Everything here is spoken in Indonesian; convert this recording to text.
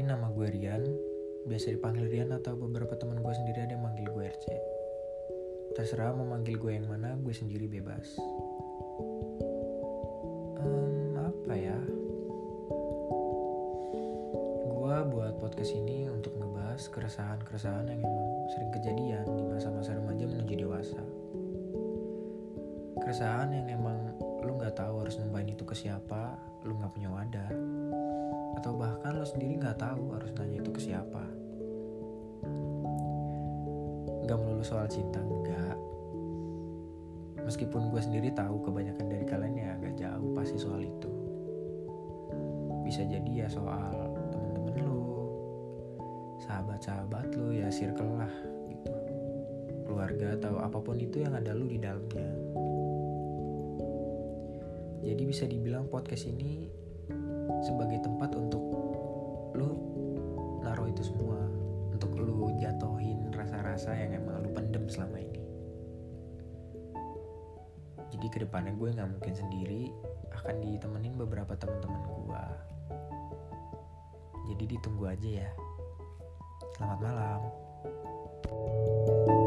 Kenalin, nama gue Rian. Biasa dipanggil Rian atau beberapa teman gue sendiri ada yang manggil gue RC. Terserah mau manggil gue yang mana, gue sendiri bebas. Apa ya? Gue buat podcast ini untuk ngebahas keresahan-keresahan yang emang sering kejadian di masa-masa remaja menuju dewasa. Keresahan yang emang lu gak tahu harus nyumpahin itu ke siapa, lu gak punya wadah, atau bahkan lu sendiri gak tahu harus nanya itu ke siapa. Gak melulu soal cinta, enggak. Meskipun gue sendiri tahu kebanyakan dari kalian ya agak jauh pasti soal itu. Bisa jadi ya soal temen-temen lu, sahabat-sahabat lu, ya circle lah gitu, keluarga atau apapun itu yang ada lu di dalamnya. Jadi bisa dibilang podcast ini sebagai tempat untuk lu naruh itu semua, untuk lu jatohin rasa-rasa yang emang lu pendem selama ini. Jadi kedepannya gue gak mungkin sendiri, akan ditemenin beberapa teman-teman gue. Jadi ditunggu aja ya. Selamat malam.